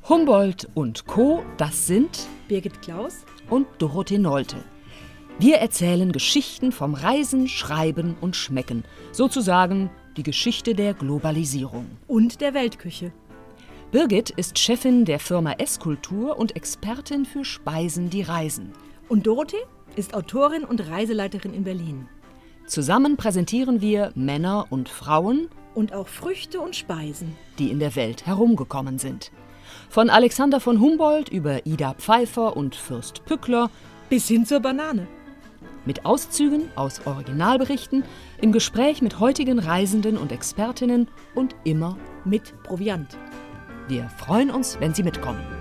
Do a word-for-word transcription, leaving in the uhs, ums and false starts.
Humboldt und Co., das sind Birgit Klaus und Dorothee Nolte. Wir erzählen Geschichten vom Reisen, Schreiben und Schmecken. Sozusagen die Geschichte der Globalisierung. und der Weltküche. Birgit ist Chefin der Firma Esskultur und Expertin für Speisen, die reisen. Und Dorothee ist Autorin und Reiseleiterin in Berlin. Zusammen präsentieren wir Männer und Frauen, Und auch Früchte und Speisen. die in der Welt herumgekommen sind. Von Alexander von Humboldt über Ida Pfeiffer und Fürst Pückler Bis hin zur Banane. mit Auszügen aus Originalberichten, im Gespräch mit heutigen Reisenden und Expertinnen und immer. Mit Proviant. Wir freuen uns, wenn Sie mitkommen.